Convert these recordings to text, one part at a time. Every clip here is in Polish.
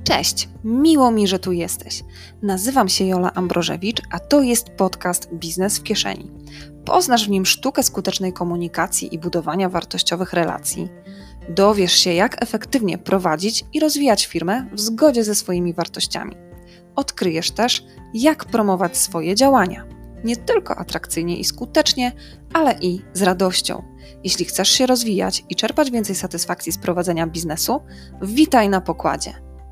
Cześć, miło mi, że tu jesteś. Nazywam się Jola Ambrożewicz, a to jest podcast Biznes w kieszeni. Poznasz w nim sztukę skutecznej komunikacji i budowania wartościowych relacji. Dowiesz się, jak efektywnie prowadzić i rozwijać firmę w zgodzie ze swoimi wartościami. Odkryjesz też, jak promować swoje działania. Nie tylko atrakcyjnie i skutecznie, ale i z radością. Jeśli chcesz się rozwijać i czerpać więcej satysfakcji z prowadzenia biznesu, witaj na pokładzie.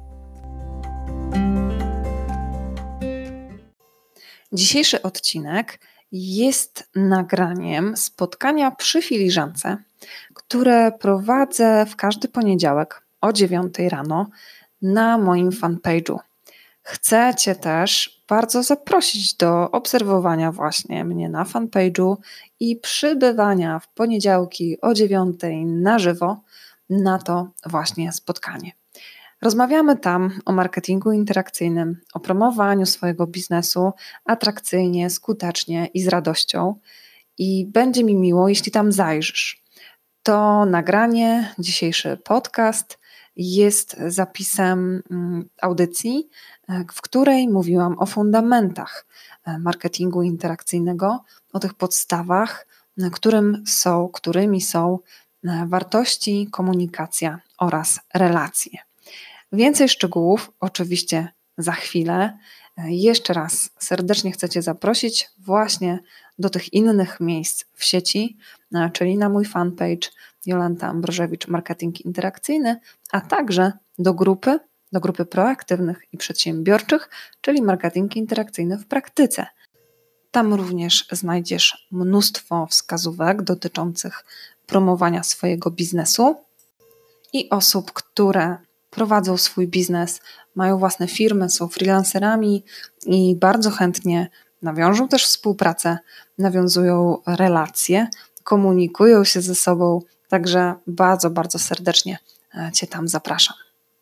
Dzisiejszy odcinek jest nagraniem spotkania przy filiżance, które prowadzę w każdy poniedziałek o 9 rano na moim fanpage'u. Chcę Cię też bardzo zaprosić do obserwowania właśnie mnie na fanpage'u i przybywania w poniedziałki o 9 na żywo na to właśnie spotkanie. Rozmawiamy tam o marketingu interakcyjnym, o promowaniu swojego biznesu atrakcyjnie, skutecznie i z radością. I będzie mi miło, jeśli tam zajrzysz. To nagranie, dzisiejszy podcast jest zapisem audycji, w której mówiłam o fundamentach marketingu interakcyjnego, o tych podstawach, którymi są wartości, komunikacja oraz relacje. Więcej szczegółów oczywiście za chwilę. Jeszcze raz serdecznie chcę Cię zaprosić właśnie do tych innych miejsc w sieci, czyli na mój fanpage Jolanta Ambrożewicz Marketing Interakcyjny, a także do grupy proaktywnych i przedsiębiorczych, czyli Marketing Interakcyjny w praktyce. Tam również znajdziesz mnóstwo wskazówek dotyczących promowania swojego biznesu i osób, które prowadzą swój biznes, mają własne firmy, są freelancerami i bardzo chętnie nawiążą też współpracę, nawiązują relacje, komunikują się ze sobą, także bardzo, bardzo serdecznie Cię tam zapraszam.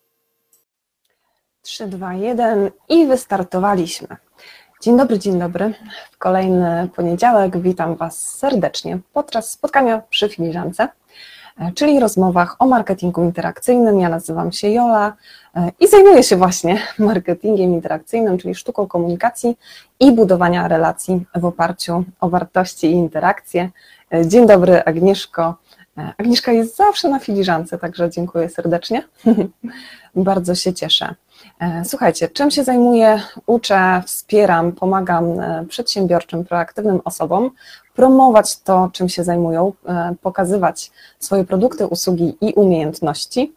3, 2, 1 i wystartowaliśmy. Dzień dobry. W kolejny poniedziałek witam Was serdecznie podczas spotkania przy filiżance, czyli rozmowach o marketingu interakcyjnym. Ja nazywam się Jola i zajmuję się właśnie marketingiem interakcyjnym, czyli sztuką komunikacji i budowania relacji w oparciu o wartości i interakcje. Dzień dobry, Agnieszko. Agnieszka jest zawsze na filiżance, także dziękuję serdecznie. Bardzo się cieszę. Słuchajcie, czym się zajmuję? Uczę, wspieram, pomagam przedsiębiorczym, proaktywnym osobom promować to, czym się zajmują, pokazywać swoje produkty, usługi i umiejętności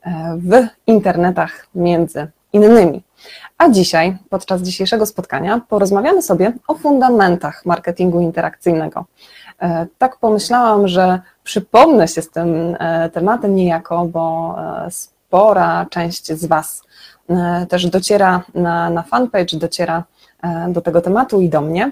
w internetach między innymi. A dzisiaj, podczas dzisiejszego spotkania, porozmawiamy sobie o fundamentach marketingu interakcyjnego. Tak pomyślałam, że przypomnę się z tym tematem niejako, bo spora część z Was też dociera na fanpage, dociera do tego tematu i do mnie.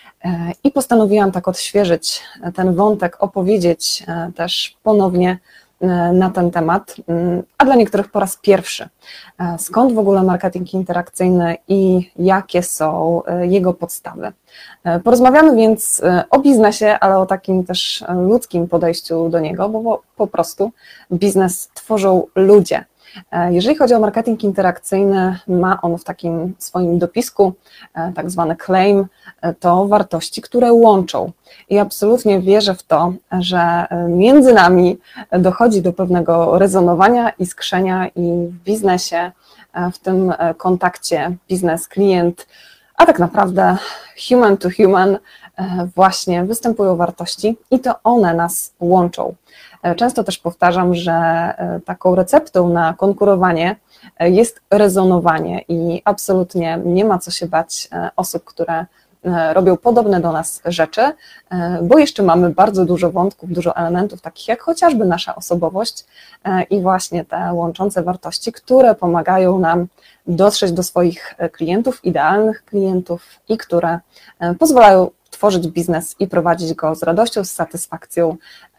I postanowiłam tak odświeżyć ten wątek, opowiedzieć też ponownie na ten temat, a dla niektórych po raz pierwszy. Skąd w ogóle marketing interakcyjny i jakie są jego podstawy? Porozmawiamy więc o biznesie, ale o takim też ludzkim podejściu do niego, bo po prostu biznes tworzą ludzie. Jeżeli chodzi o marketing interakcyjny, ma on w takim swoim dopisku tak zwany claim, to wartości, które łączą. I absolutnie wierzę w to, że między nami dochodzi do pewnego rezonowania, iskrzenia i w biznesie, w tym kontakcie biznes-klient, a tak naprawdę human to human właśnie występują wartości i to one nas łączą. Często też powtarzam, że taką receptą na konkurowanie jest rezonowanie i absolutnie nie ma co się bać osób, które robią podobne do nas rzeczy, bo jeszcze mamy bardzo dużo wątków, dużo elementów, takich jak chociażby nasza osobowość i właśnie te łączące wartości, które pomagają nam dotrzeć do swoich klientów, idealnych klientów i które pozwalają tworzyć biznes i prowadzić go z radością, z satysfakcją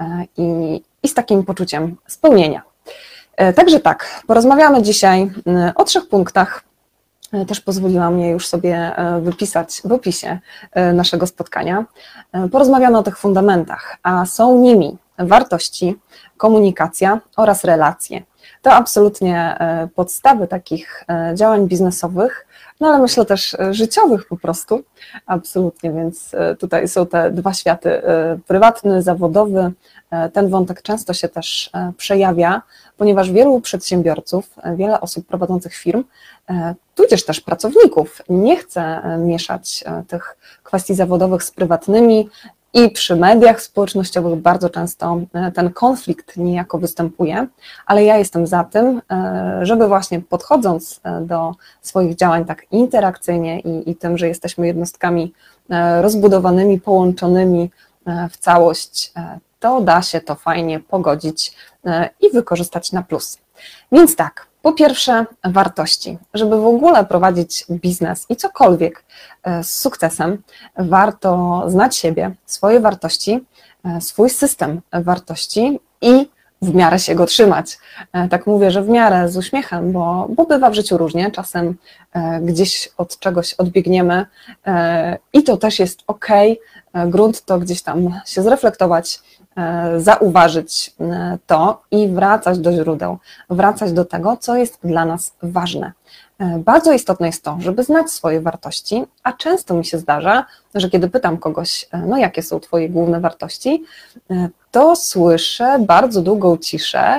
i z takim poczuciem spełnienia. Także tak, porozmawiamy dzisiaj o 3 punktach. Też pozwoliłam je już sobie wypisać w opisie naszego spotkania. Porozmawiamy o tych fundamentach, a są nimi wartości, komunikacja oraz relacje. To absolutnie podstawy takich działań biznesowych, no ale myślę też życiowych po prostu, absolutnie, więc tutaj są te dwa światy, prywatny, zawodowy. Ten wątek często się też przejawia, ponieważ wielu przedsiębiorców, wiele osób prowadzących firm, tudzież też pracowników nie chce mieszać tych kwestii zawodowych z prywatnymi i przy mediach społecznościowych bardzo często ten konflikt niejako występuje, ale ja jestem za tym, żeby właśnie podchodząc do swoich działań tak interakcyjnie i tym, że jesteśmy jednostkami rozbudowanymi, połączonymi w całość, to da się to fajnie pogodzić i wykorzystać na plus. Więc tak, po pierwsze wartości. Żeby w ogóle prowadzić biznes i cokolwiek z sukcesem, warto znać siebie, swoje wartości, swój system wartości i w miarę się go trzymać. Tak mówię, że w miarę z uśmiechem, bo bywa w życiu różnie, czasem gdzieś od czegoś odbiegniemy i to też jest ok, grunt to gdzieś tam się zreflektować, zauważyć to i wracać do źródeł, wracać do tego, co jest dla nas ważne. Bardzo istotne jest to, żeby znać swoje wartości, a często mi się zdarza, że kiedy pytam kogoś, no jakie są Twoje główne wartości, to słyszę bardzo długą ciszę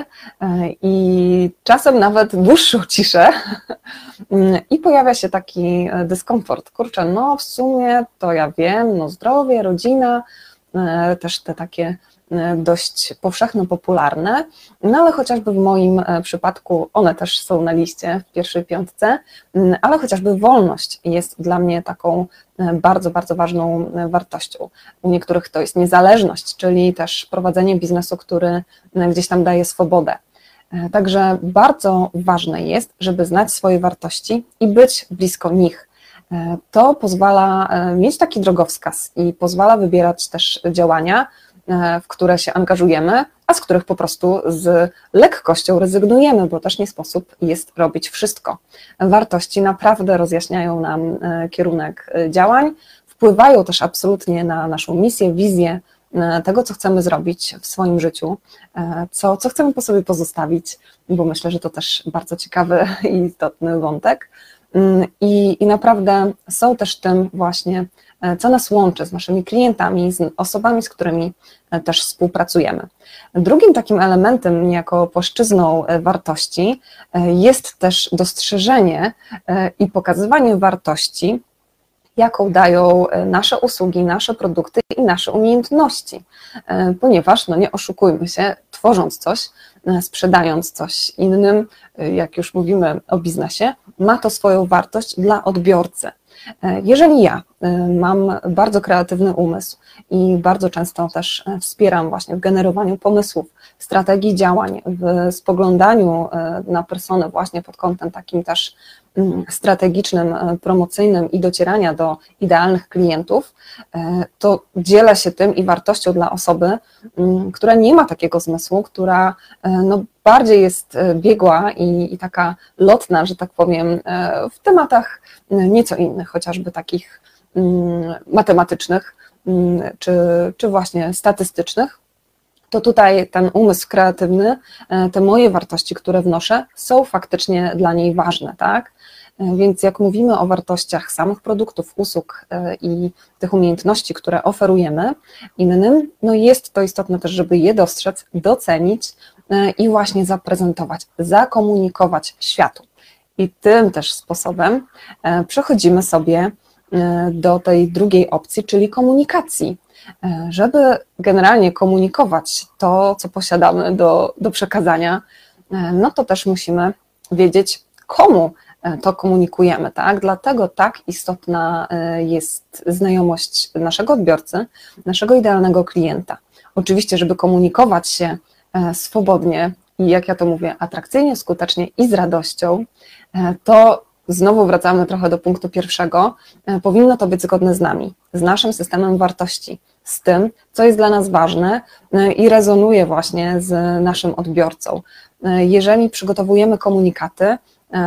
i czasem nawet dłuższą ciszę i pojawia się taki dyskomfort. Kurczę, no w sumie to ja wiem, no zdrowie, rodzina, też te takie dość powszechno popularne, no ale chociażby w moim przypadku one też są na liście w pierwszej piątce, ale chociażby wolność jest dla mnie taką bardzo, bardzo ważną wartością. U niektórych to jest niezależność, czyli też prowadzenie biznesu, który gdzieś tam daje swobodę. Także bardzo ważne jest, żeby znać swoje wartości i być blisko nich. To pozwala mieć taki drogowskaz i pozwala wybierać też działania, w które się angażujemy, a z których po prostu z lekkością rezygnujemy, bo też nie sposób jest robić wszystko. Wartości naprawdę rozjaśniają nam kierunek działań, wpływają też absolutnie na naszą misję, wizję tego, co chcemy zrobić w swoim życiu, co chcemy po sobie pozostawić, bo myślę, że to też bardzo ciekawy i istotny wątek. I naprawdę są też tym właśnie, co nas łączy z naszymi klientami, z osobami, z którymi też współpracujemy. Drugim takim elementem, niejako płaszczyzną wartości, jest też dostrzeżenie i pokazywanie wartości, jaką dają nasze usługi, nasze produkty i nasze umiejętności, ponieważ, no nie oszukujmy się, tworząc coś, sprzedając coś innym, jak już mówimy o biznesie, ma to swoją wartość dla odbiorcy. Jeżeli ja mam bardzo kreatywny umysł i bardzo często też wspieram właśnie w generowaniu pomysłów, strategii działań, w spoglądaniu na personę właśnie pod kątem takim też strategicznym, promocyjnym i docierania do idealnych klientów, to dzielę się tym i wartością dla osoby, która nie ma takiego zmysłu, która no, bardziej jest biegła i taka lotna, że tak powiem, w tematach nieco innych, chociażby takich matematycznych czy właśnie statystycznych, to tutaj ten umysł kreatywny, te moje wartości, które wnoszę, są faktycznie dla niej ważne, tak? Więc jak mówimy o wartościach samych produktów, usług i tych umiejętności, które oferujemy innym, no jest to istotne też, żeby je dostrzec, docenić i właśnie zaprezentować, zakomunikować światu. I tym też sposobem przechodzimy sobie do tej drugiej opcji, czyli komunikacji. Żeby generalnie komunikować to, co posiadamy do przekazania, no to też musimy wiedzieć, komu to komunikujemy, tak? Dlatego tak istotna jest znajomość naszego odbiorcy, naszego idealnego klienta. Oczywiście, żeby komunikować się swobodnie i, jak ja to mówię, atrakcyjnie, skutecznie i z radością, to znowu wracamy trochę do punktu pierwszego, powinno to być zgodne z nami, z naszym systemem wartości, z tym, co jest dla nas ważne i rezonuje właśnie z naszym odbiorcą. Jeżeli przygotowujemy komunikaty,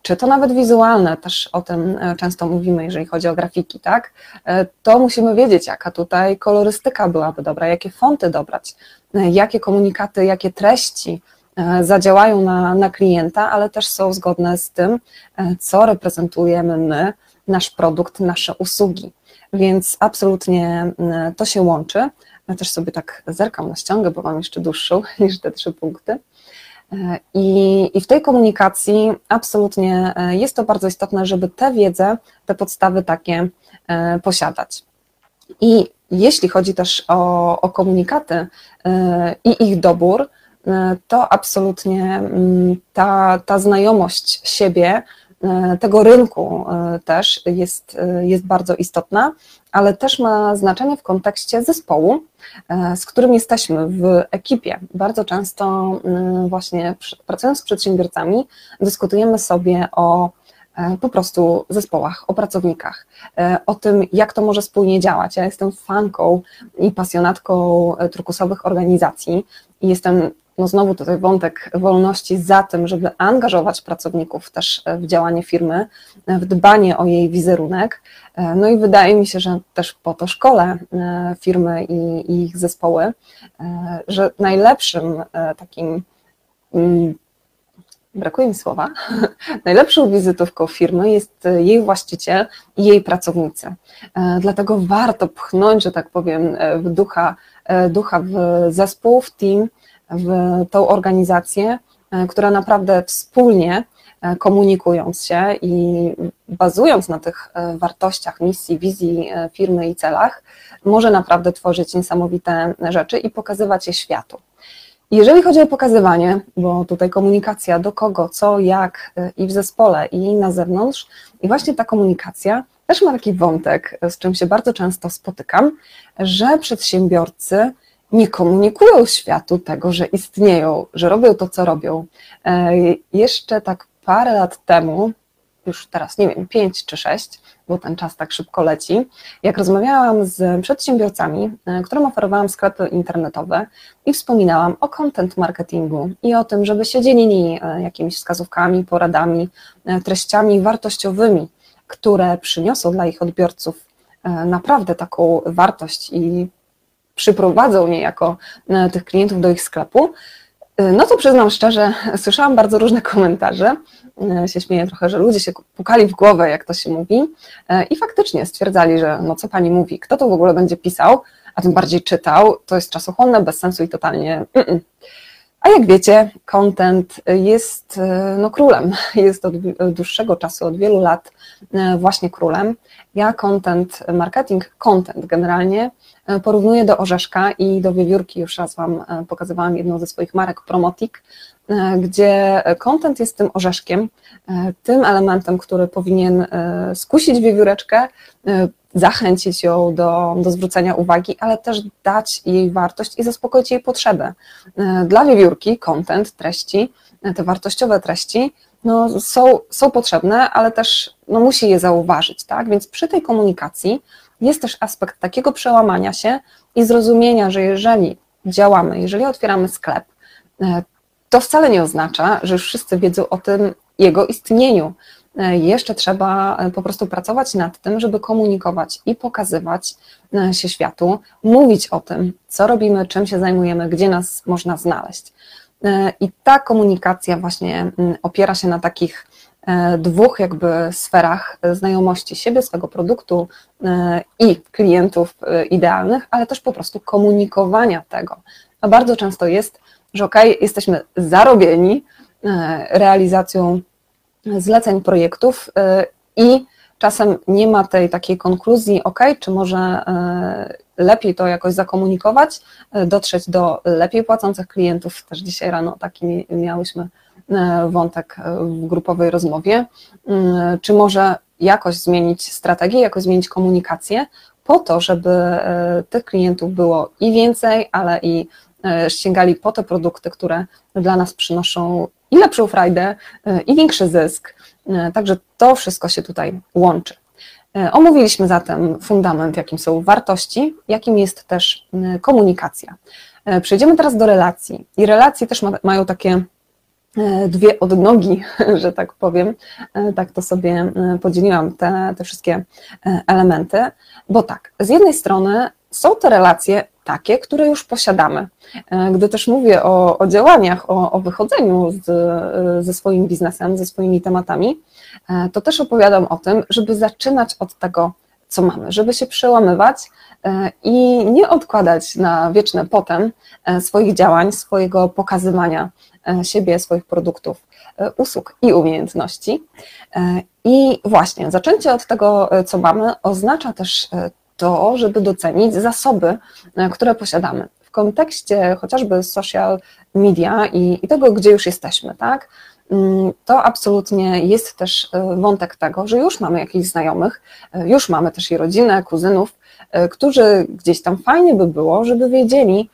czy to nawet wizualne, też o tym często mówimy, jeżeli chodzi o grafiki, tak? To musimy wiedzieć, jaka tutaj kolorystyka byłaby dobra, jakie fonty dobrać, jakie komunikaty, jakie treści zadziałają na klienta, ale też są zgodne z tym, co reprezentujemy my, nasz produkt, nasze usługi. Więc absolutnie to się łączy. Ja też sobie tak zerkam na ściągę, bo mam jeszcze dłuższą niż te 3 punkty. I w tej komunikacji absolutnie jest to bardzo istotne, żeby tę wiedzę, te podstawy takie posiadać. I jeśli chodzi też o komunikaty i ich dobór, to absolutnie ta znajomość siebie, tego rynku też jest bardzo istotna, ale też ma znaczenie w kontekście zespołu, z którym jesteśmy w ekipie. Bardzo często właśnie pracując z przedsiębiorcami dyskutujemy sobie o po prostu zespołach, o pracownikach, o tym, jak to może spójnie działać. Ja jestem fanką i pasjonatką turkusowych organizacji i jestem, no znowu tutaj wątek wolności, za tym, żeby angażować pracowników też w działanie firmy, w dbanie o jej wizerunek. No i wydaje mi się, że też po to szkole firmy i ich zespoły, że najlepszym takim, brakuje mi słowa, najlepszą wizytówką firmy jest jej właściciel i jej pracownicy. Dlatego warto pchnąć, że tak powiem, ducha w zespół, w team, w tą organizację, która naprawdę wspólnie komunikując się i bazując na tych wartościach, misji, wizji firmy i celach, może naprawdę tworzyć niesamowite rzeczy i pokazywać je światu. Jeżeli chodzi o pokazywanie, bo tutaj komunikacja do kogo, co, jak i w zespole, i na zewnątrz, i właśnie ta komunikacja też ma taki wątek, z czym się bardzo często spotykam, że przedsiębiorcy nie komunikują światu tego, że istnieją, że robią to, co robią. Jeszcze tak parę lat temu, już teraz nie wiem, 5 czy 6, bo ten czas tak szybko leci, jak rozmawiałam z przedsiębiorcami, którym oferowałam sklepy internetowe i wspominałam o content marketingu i o tym, żeby się dzielili jakimiś wskazówkami, poradami, treściami wartościowymi, które przyniosą dla ich odbiorców naprawdę taką wartość i przyprowadzą niejako tych klientów do ich sklepu, no to przyznam szczerze, słyszałam bardzo różne komentarze, się śmieję trochę, że ludzie się pukali w głowę, jak to się mówi, i faktycznie stwierdzali, że no co pani mówi, kto to w ogóle będzie pisał, a tym bardziej czytał, to jest czasochłonne, bez sensu i totalnie A jak wiecie, content jest no, królem, jest od dłuższego czasu, od wielu lat właśnie królem. Ja content generalnie porównuję do orzeszka i do wiewiórki. Już raz Wam pokazywałam jedną ze swoich marek, Promotik, gdzie content jest tym orzeszkiem, tym elementem, który powinien skusić wiewióreczkę, zachęcić ją do zwrócenia uwagi, ale też dać jej wartość i zaspokoić jej potrzeby. Dla wiewiórki content, treści, te wartościowe treści no, są potrzebne, ale też no, musi je zauważyć, tak? Więc przy tej komunikacji jest też aspekt takiego przełamania się i zrozumienia, że jeżeli działamy, jeżeli otwieramy sklep, to wcale nie oznacza, że już wszyscy wiedzą o tym jego istnieniu. Jeszcze trzeba po prostu pracować nad tym, żeby komunikować i pokazywać się światu, mówić o tym, co robimy, czym się zajmujemy, gdzie nas można znaleźć. I ta komunikacja właśnie opiera się na takich dwóch jakby sferach znajomości siebie, swego produktu i klientów idealnych, ale też po prostu komunikowania tego. A bardzo często jest, że okej, jesteśmy zarobieni realizacją zleceń projektów i czasem nie ma tej takiej konkluzji, czy może lepiej to jakoś zakomunikować, dotrzeć do lepiej płacących klientów. Też dzisiaj rano taki miałyśmy wątek w grupowej rozmowie, czy może jakoś zmienić strategię, jakoś zmienić komunikację po to, żeby tych klientów było i więcej, ale i sięgali po te produkty, które dla nas przynoszą i lepszą frajdę, i większy zysk. Także to wszystko się tutaj łączy. Omówiliśmy zatem fundament, jakim są wartości, jakim jest też komunikacja. Przejdziemy teraz do relacji. I relacje też mają takie dwie odnogi, że tak powiem, tak to sobie podzieliłam te wszystkie elementy, bo tak, z jednej strony są te relacje takie, które już posiadamy. Gdy też mówię o działaniach, o wychodzeniu ze swoim biznesem, ze swoimi tematami, to też opowiadam o tym, żeby zaczynać od tego, co mamy, żeby się przełamywać i nie odkładać na wieczne potem swoich działań, swojego pokazywania siebie, swoich produktów, usług i umiejętności. I właśnie zaczęcie od tego, co mamy, oznacza też to, żeby docenić zasoby, które posiadamy. W kontekście chociażby social media i tego, gdzie już jesteśmy, tak? To absolutnie jest też wątek tego, że już mamy jakichś znajomych, już mamy też i rodzinę, kuzynów, którzy gdzieś tam fajnie by było, żeby wiedzieli,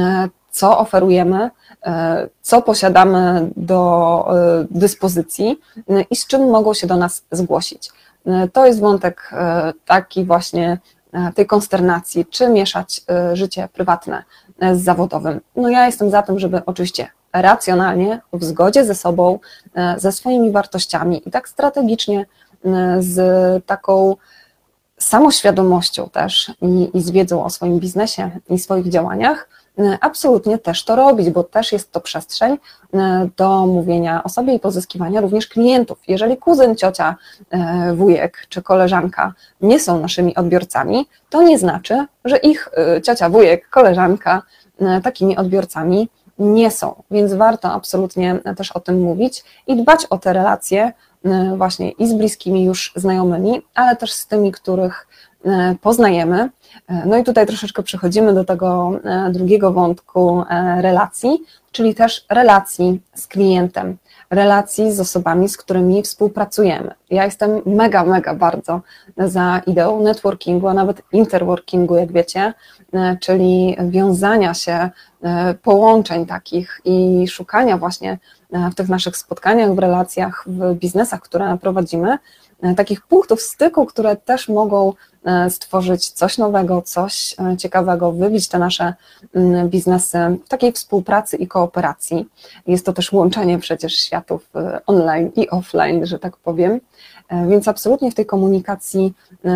co oferujemy, co posiadamy do dyspozycji i z czym mogą się do nas zgłosić. To jest wątek taki właśnie tej konsternacji, czy mieszać życie prywatne z zawodowym. No ja jestem za tym, żeby oczywiście racjonalnie, w zgodzie ze sobą, ze swoimi wartościami i tak strategicznie, z taką samoświadomością też i z wiedzą o swoim biznesie i swoich działaniach, absolutnie też to robić, bo też jest to przestrzeń do mówienia o sobie i pozyskiwania również klientów. Jeżeli kuzyn, ciocia, wujek czy koleżanka nie są naszymi odbiorcami, to nie znaczy, że ich ciocia, wujek, koleżanka takimi odbiorcami nie są, więc warto absolutnie też o tym mówić i dbać o te relacje właśnie i z bliskimi już znajomymi, ale też z tymi, których poznajemy. No i tutaj troszeczkę przechodzimy do tego drugiego wątku relacji, czyli też relacji z klientem, relacji z osobami, z którymi współpracujemy. Ja jestem mega bardzo za ideą networkingu, a nawet interworkingu, jak wiecie, czyli wiązania się, połączeń takich i szukania właśnie w tych naszych spotkaniach, w relacjach, w biznesach, które prowadzimy, takich punktów styku, które też mogą stworzyć coś nowego, coś ciekawego, wybić te nasze biznesy w takiej współpracy i kooperacji. Jest to też łączenie przecież światów online i offline, że tak powiem, więc absolutnie w tej komunikacji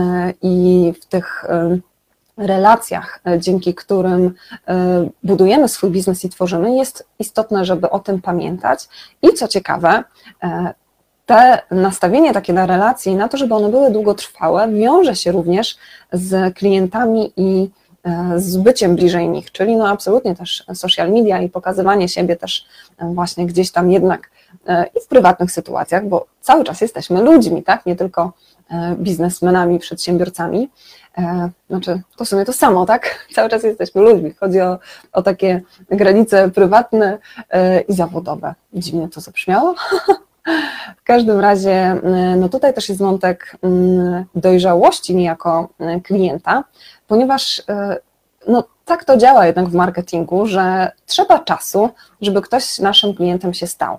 i w tych relacjach, dzięki którym budujemy swój biznes i tworzymy, jest istotne, żeby o tym pamiętać i co ciekawe, nastawienie takie na relacje i na to, żeby one były długotrwałe, wiąże się również z klientami i z byciem bliżej nich, czyli no absolutnie też social media i pokazywanie siebie też właśnie gdzieś tam jednak i w prywatnych sytuacjach, bo cały czas jesteśmy ludźmi, tak, nie tylko biznesmenami, przedsiębiorcami, znaczy to w sumie to samo, tak, cały czas jesteśmy ludźmi, chodzi o takie granice prywatne i zawodowe. Dziwnie to zabrzmiało. W każdym razie, no tutaj też jest wątek dojrzałości niejako klienta, ponieważ no tak to działa jednak w marketingu, że trzeba czasu, żeby ktoś naszym klientem się stał.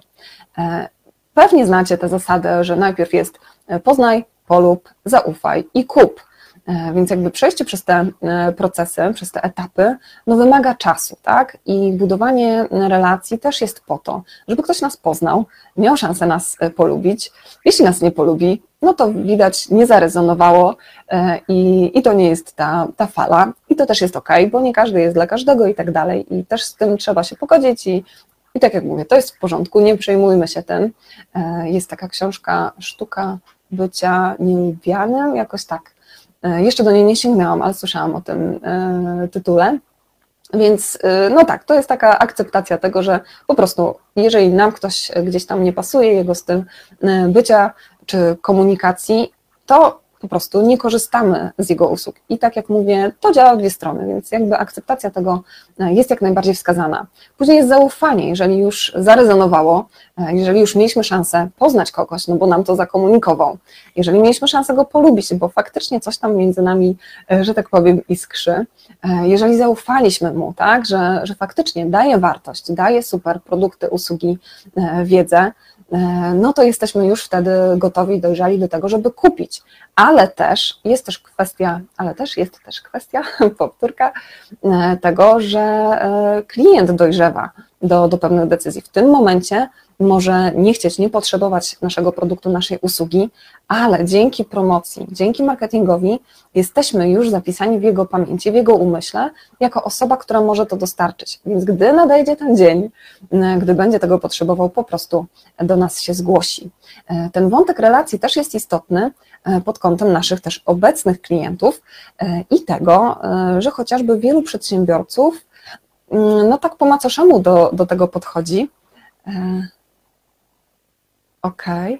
Pewnie znacie tę zasadę, że najpierw jest poznaj, polub, zaufaj i kup. Więc jakby przejście przez te procesy, przez te etapy, no wymaga czasu, tak? I budowanie relacji też jest po to, żeby ktoś nas poznał, miał szansę nas polubić. Jeśli nas nie polubi, no to widać, nie zarezonowało i to nie jest ta fala. I to też jest okej, bo nie każdy jest dla każdego i tak dalej. I też z tym trzeba się pogodzić i tak jak mówię, to jest w porządku, nie przejmujmy się tym. Jest taka książka Sztuka bycia nielubianym, jakoś tak. Jeszcze do niej nie sięgnęłam, ale słyszałam o tym tytule, więc no tak, to jest taka akceptacja tego, że po prostu jeżeli nam ktoś gdzieś tam nie pasuje, jego styl bycia czy komunikacji, to po prostu nie korzystamy z jego usług. I tak jak mówię, to działa w dwie strony, więc jakby akceptacja tego jest jak najbardziej wskazana. Później jest zaufanie, jeżeli już zarezonowało, jeżeli już mieliśmy szansę poznać kogoś, no bo nam to zakomunikował, jeżeli mieliśmy szansę go polubić, bo faktycznie coś tam między nami, że tak powiem, iskrzy, jeżeli zaufaliśmy mu, tak, że faktycznie daje wartość, daje super produkty, usługi, wiedzę, no to jesteśmy już wtedy gotowi, dojrzali do tego, żeby kupić. Ale też jest też kwestia, powtórka, tego, że klient dojrzewa do pewnych decyzji. W tym momencie może nie chcieć, nie potrzebować naszego produktu, naszej usługi, ale dzięki promocji, dzięki marketingowi jesteśmy już zapisani w jego pamięci, w jego umyśle, jako osoba, która może to dostarczyć. Więc gdy nadejdzie ten dzień, gdy będzie tego potrzebował, po prostu do nas się zgłosi. Ten wątek relacji też jest istotny pod kątem naszych też obecnych klientów i tego, że chociażby wielu przedsiębiorców no tak po macoszemu do tego podchodzi. Okej.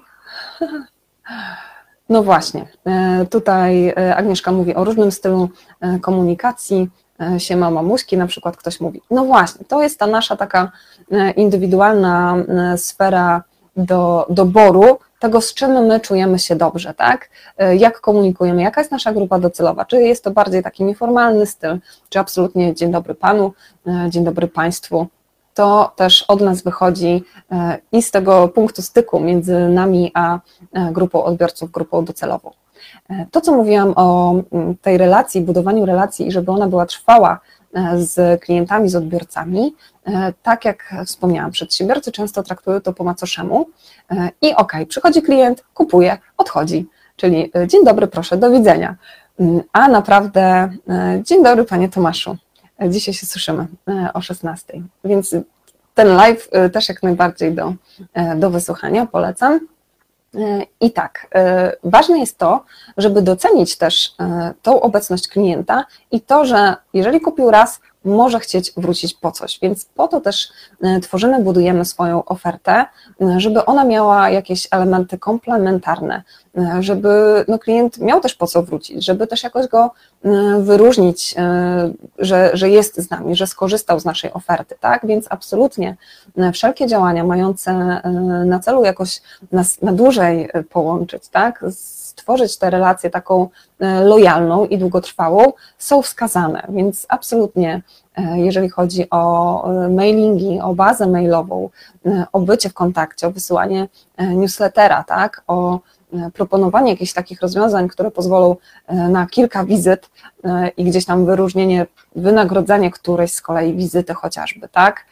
No właśnie, tutaj Agnieszka mówi o różnym stylu komunikacji, siema mamuśki, na przykład ktoś mówi, no właśnie, to jest ta nasza taka indywidualna sfera do doboru tego, z czym my czujemy się dobrze, tak? Jak komunikujemy, jaka jest nasza grupa docelowa, czy jest to bardziej taki nieformalny styl, czy absolutnie dzień dobry panu, dzień dobry państwu. To też od nas wychodzi i z tego punktu styku między nami a grupą odbiorców, grupą docelową. To, co mówiłam o tej relacji, budowaniu relacji i żeby ona była trwała z klientami, z odbiorcami, tak jak wspomniałam, przedsiębiorcy często traktują to po macoszemu i przychodzi klient, kupuje, odchodzi, czyli dzień dobry, proszę, do widzenia, a naprawdę dzień dobry panie Tomaszu, dzisiaj się słyszymy o 16:00, więc ten live też jak najbardziej do wysłuchania, polecam. I tak, ważne jest to, żeby docenić też tą obecność klienta i to, że jeżeli kupił raz, może chcieć wrócić po coś, więc po to też tworzymy, budujemy swoją ofertę, żeby ona miała jakieś elementy komplementarne, żeby klient miał też po co wrócić, żeby też jakoś go wyróżnić, że jest z nami, że skorzystał z naszej oferty, tak? Więc absolutnie wszelkie działania mające na celu jakoś nas na dłużej połączyć, tak? Stworzyć tę relację taką lojalną i długotrwałą, są wskazane, więc absolutnie jeżeli chodzi o mailingi, o bazę mailową, o bycie w kontakcie, o wysyłanie newslettera, tak, o proponowanie jakichś takich rozwiązań, które pozwolą na kilka wizyt i gdzieś tam wyróżnienie, wynagrodzenie którejś z kolei wizyty chociażby, tak,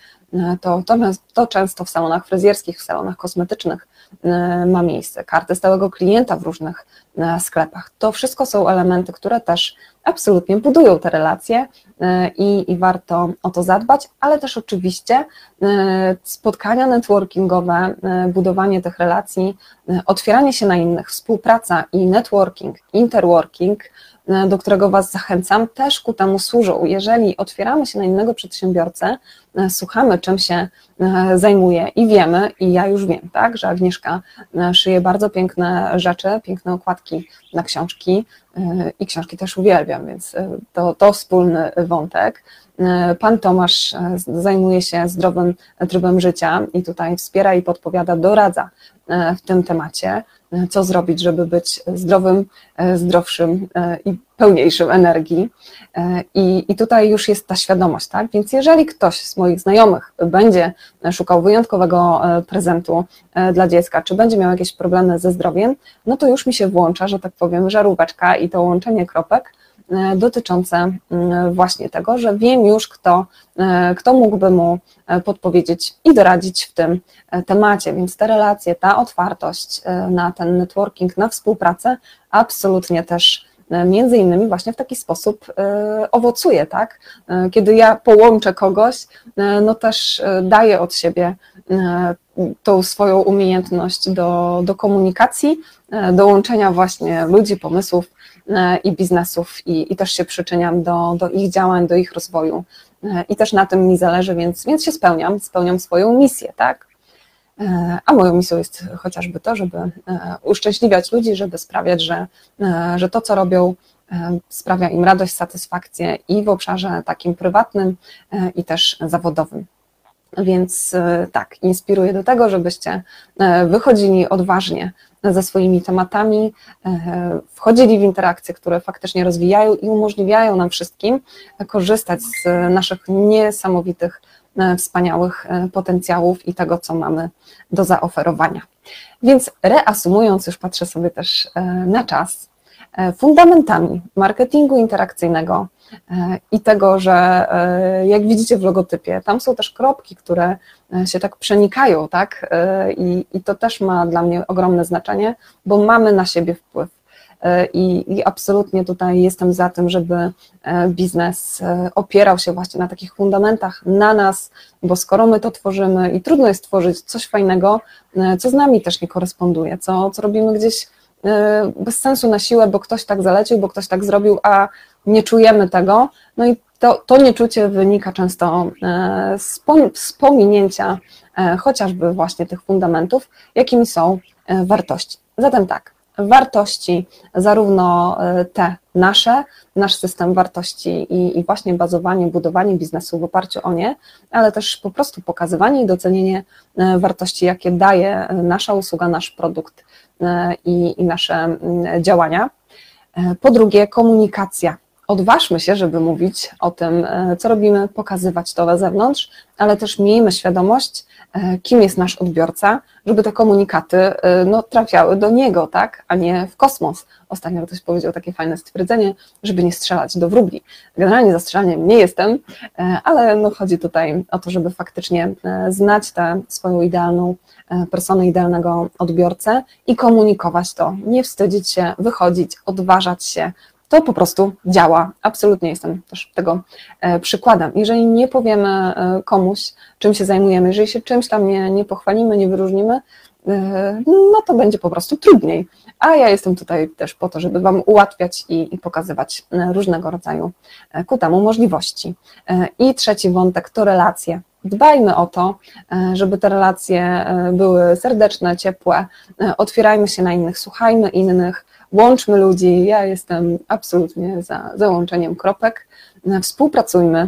to często w salonach fryzjerskich, w salonach kosmetycznych ma miejsce, karty stałego klienta w różnych sklepach. To wszystko są elementy, które też absolutnie budują te relacje i warto o to zadbać, ale też oczywiście spotkania networkingowe, budowanie tych relacji, otwieranie się na innych, współpraca i networking, interworking, do którego Was zachęcam, też ku temu służą. Jeżeli otwieramy się na innego przedsiębiorcę, słuchamy, czym się zajmuje i wiemy, i ja już wiem, tak, że Agnieszka szyje bardzo piękne rzeczy, piękne okładki na książki i książki też uwielbiam, więc to wspólny wątek. Pan Tomasz zajmuje się zdrowym trybem życia i tutaj wspiera i podpowiada, doradza w tym temacie, co zrobić, żeby być zdrowym, zdrowszym i pełniejszym energii. I tutaj już jest ta świadomość, tak? Więc jeżeli ktoś z moich znajomych będzie szukał wyjątkowego prezentu dla dziecka, czy będzie miał jakieś problemy ze zdrowiem, no to już mi się włącza, że tak powiem, żaróweczka i to łączenie kropek dotyczące właśnie tego, że wiem już, kto mógłby mu podpowiedzieć i doradzić w tym temacie, więc te relacje, ta otwartość na ten networking, na współpracę absolutnie też między innymi właśnie w taki sposób owocuje, tak? Kiedy ja połączę kogoś, no też daję od siebie tą swoją umiejętność do komunikacji, do łączenia właśnie ludzi, pomysłów i biznesów i też się przyczyniam do ich działań, do ich rozwoju i też na tym mi zależy, więc się spełniam swoją misję, tak? A moją misją jest chociażby to, żeby uszczęśliwiać ludzi, żeby sprawiać, że to, co robią, sprawia im radość, satysfakcję i w obszarze takim prywatnym i też zawodowym. Więc tak, inspiruję do tego, żebyście wychodzili odważnie ze swoimi tematami, wchodzili w interakcje, które faktycznie rozwijają i umożliwiają nam wszystkim korzystać z naszych niesamowitych, wspaniałych potencjałów i tego, co mamy do zaoferowania. Więc reasumując, już patrzę sobie też na czas, fundamentami marketingu interakcyjnego i tego, że jak widzicie w logotypie, tam są też kropki, które się tak przenikają, tak? I to też ma dla mnie ogromne znaczenie, bo mamy na siebie wpływ. I absolutnie tutaj jestem za tym, żeby biznes opierał się właśnie na takich fundamentach, na nas, bo skoro my to tworzymy i trudno jest tworzyć coś fajnego, co z nami też nie koresponduje, co robimy gdzieś bez sensu na siłę, bo ktoś tak zalecił, bo ktoś tak zrobił, a nie czujemy tego, no i to nieczucie wynika często z pominięcia chociażby właśnie tych fundamentów, jakimi są wartości. Zatem tak, wartości, zarówno te nasz system wartości i właśnie bazowanie, budowanie biznesu w oparciu o nie, ale też po prostu pokazywanie i docenienie wartości, jakie daje nasza usługa, nasz produkt i nasze działania. Po drugie, komunikacja. Odważmy się, żeby mówić o tym, co robimy, pokazywać to na zewnątrz, ale też miejmy świadomość, kim jest nasz odbiorca, żeby te komunikaty trafiały do niego, tak, a nie w kosmos. Ostatnio ktoś powiedział takie fajne stwierdzenie, żeby nie strzelać do wróbli. Generalnie za strzelaniem nie jestem, ale chodzi tutaj o to, żeby faktycznie znać tę swoją idealną personę, idealnego odbiorcę i komunikować to, nie wstydzić się, wychodzić, odważać się. To po prostu działa. Absolutnie jestem też tego przykładem. Jeżeli nie powiemy komuś, czym się zajmujemy, jeżeli się czymś tam nie pochwalimy, nie wyróżnimy, no to będzie po prostu trudniej. A ja jestem tutaj też po to, żeby Wam ułatwiać i pokazywać różnego rodzaju ku temu możliwości. I trzeci wątek to relacje. Dbajmy o to, żeby te relacje były serdeczne, ciepłe, otwierajmy się na innych, słuchajmy innych, łączmy ludzi. Ja jestem absolutnie za łączeniem kropek. Współpracujmy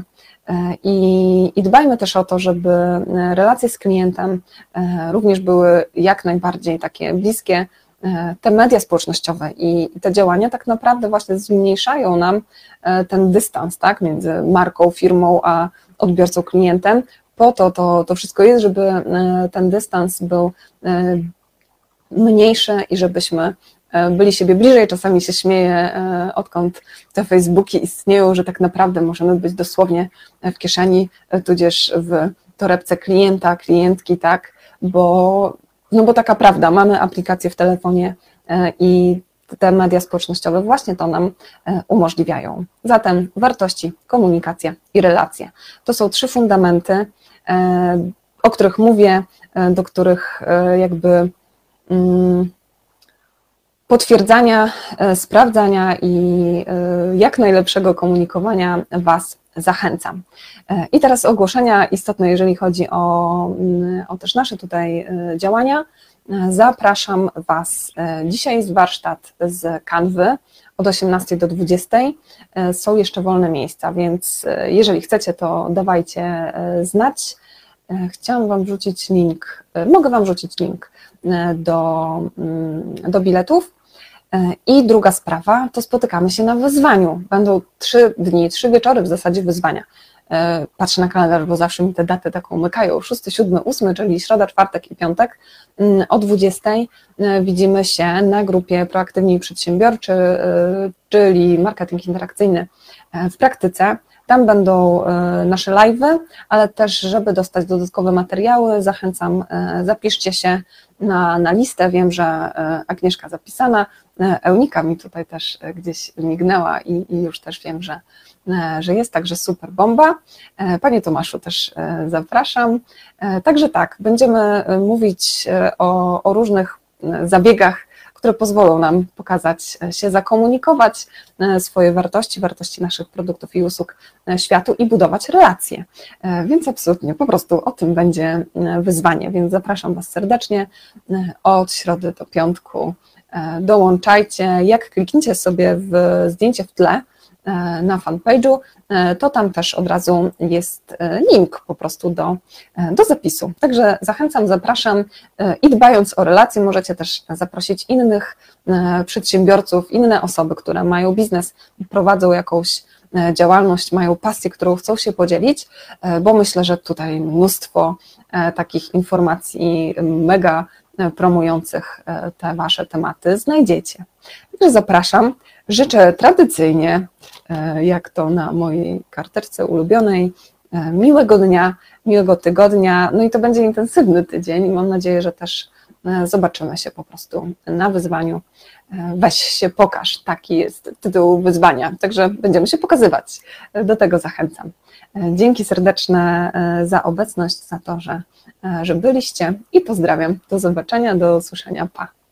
i dbajmy też o to, żeby relacje z klientem również były jak najbardziej takie bliskie. Te media społecznościowe i te działania tak naprawdę właśnie zmniejszają nam ten dystans, tak, między marką, firmą a odbiorcą, klientem. Po to wszystko jest, żeby ten dystans był mniejszy i żebyśmy byli siebie bliżej. Czasami się śmieję, odkąd te Facebooki istnieją, że tak naprawdę możemy być dosłownie w kieszeni, tudzież w torebce klienta, klientki, tak, bo taka prawda, mamy aplikacje w telefonie i te media społecznościowe właśnie to nam umożliwiają. Zatem wartości, komunikacja i relacje. To są 3 fundamenty, o których mówię, do których jakby potwierdzania, sprawdzania i jak najlepszego komunikowania Was zachęcam. I teraz ogłoszenia istotne, jeżeli chodzi o też nasze tutaj działania. Zapraszam Was. Dzisiaj jest warsztat z Canvy od 18 do 20. Są jeszcze wolne miejsca, więc jeżeli chcecie, to dawajcie znać. Chciałam Wam wrzucić link, mogę Wam wrzucić link do biletów. I druga sprawa, to spotykamy się na wyzwaniu. Będą 3 dni, 3 wieczory w zasadzie wyzwania. Patrzę na kalendarz, bo zawsze mi te daty tak umykają. 6, 7, 8, czyli środa, czwartek i piątek o 20 widzimy się na grupie Proaktywni i Przedsiębiorczy, czyli marketing interakcyjny w praktyce. Tam będą nasze live'y, ale też, żeby dostać dodatkowe materiały, zachęcam, zapiszcie się na listę. Wiem, że Agnieszka zapisana, Eunika mi tutaj też gdzieś mignęła i już też wiem, że jest, także super bomba. Panie Tomaszu też zapraszam. Także tak, będziemy mówić o różnych zabiegach, które pozwolą nam pokazać się, zakomunikować swoje wartości, wartości naszych produktów i usług światu i budować relacje. Więc absolutnie, po prostu o tym będzie wyzwanie, więc zapraszam Was serdecznie od środy do piątku. Dołączajcie, jak klikniecie sobie w zdjęcie w tle na fanpage'u, to tam też od razu jest link po prostu do zapisu. Także zachęcam, zapraszam i dbając o relacje możecie też zaprosić innych przedsiębiorców, inne osoby, które mają biznes, prowadzą jakąś działalność, mają pasję, którą chcą się podzielić, bo myślę, że tutaj mnóstwo takich informacji mega promujących te Wasze tematy znajdziecie. Także zapraszam. Życzę tradycyjnie, jak to na mojej karteczce ulubionej, miłego dnia, miłego tygodnia, no i to będzie intensywny tydzień i mam nadzieję, że też zobaczymy się po prostu na wyzwaniu. Weź się pokaż, taki jest tytuł wyzwania, także będziemy się pokazywać, do tego zachęcam. Dzięki serdeczne za obecność, za to, że byliście i pozdrawiam. Do zobaczenia, do usłyszenia, pa!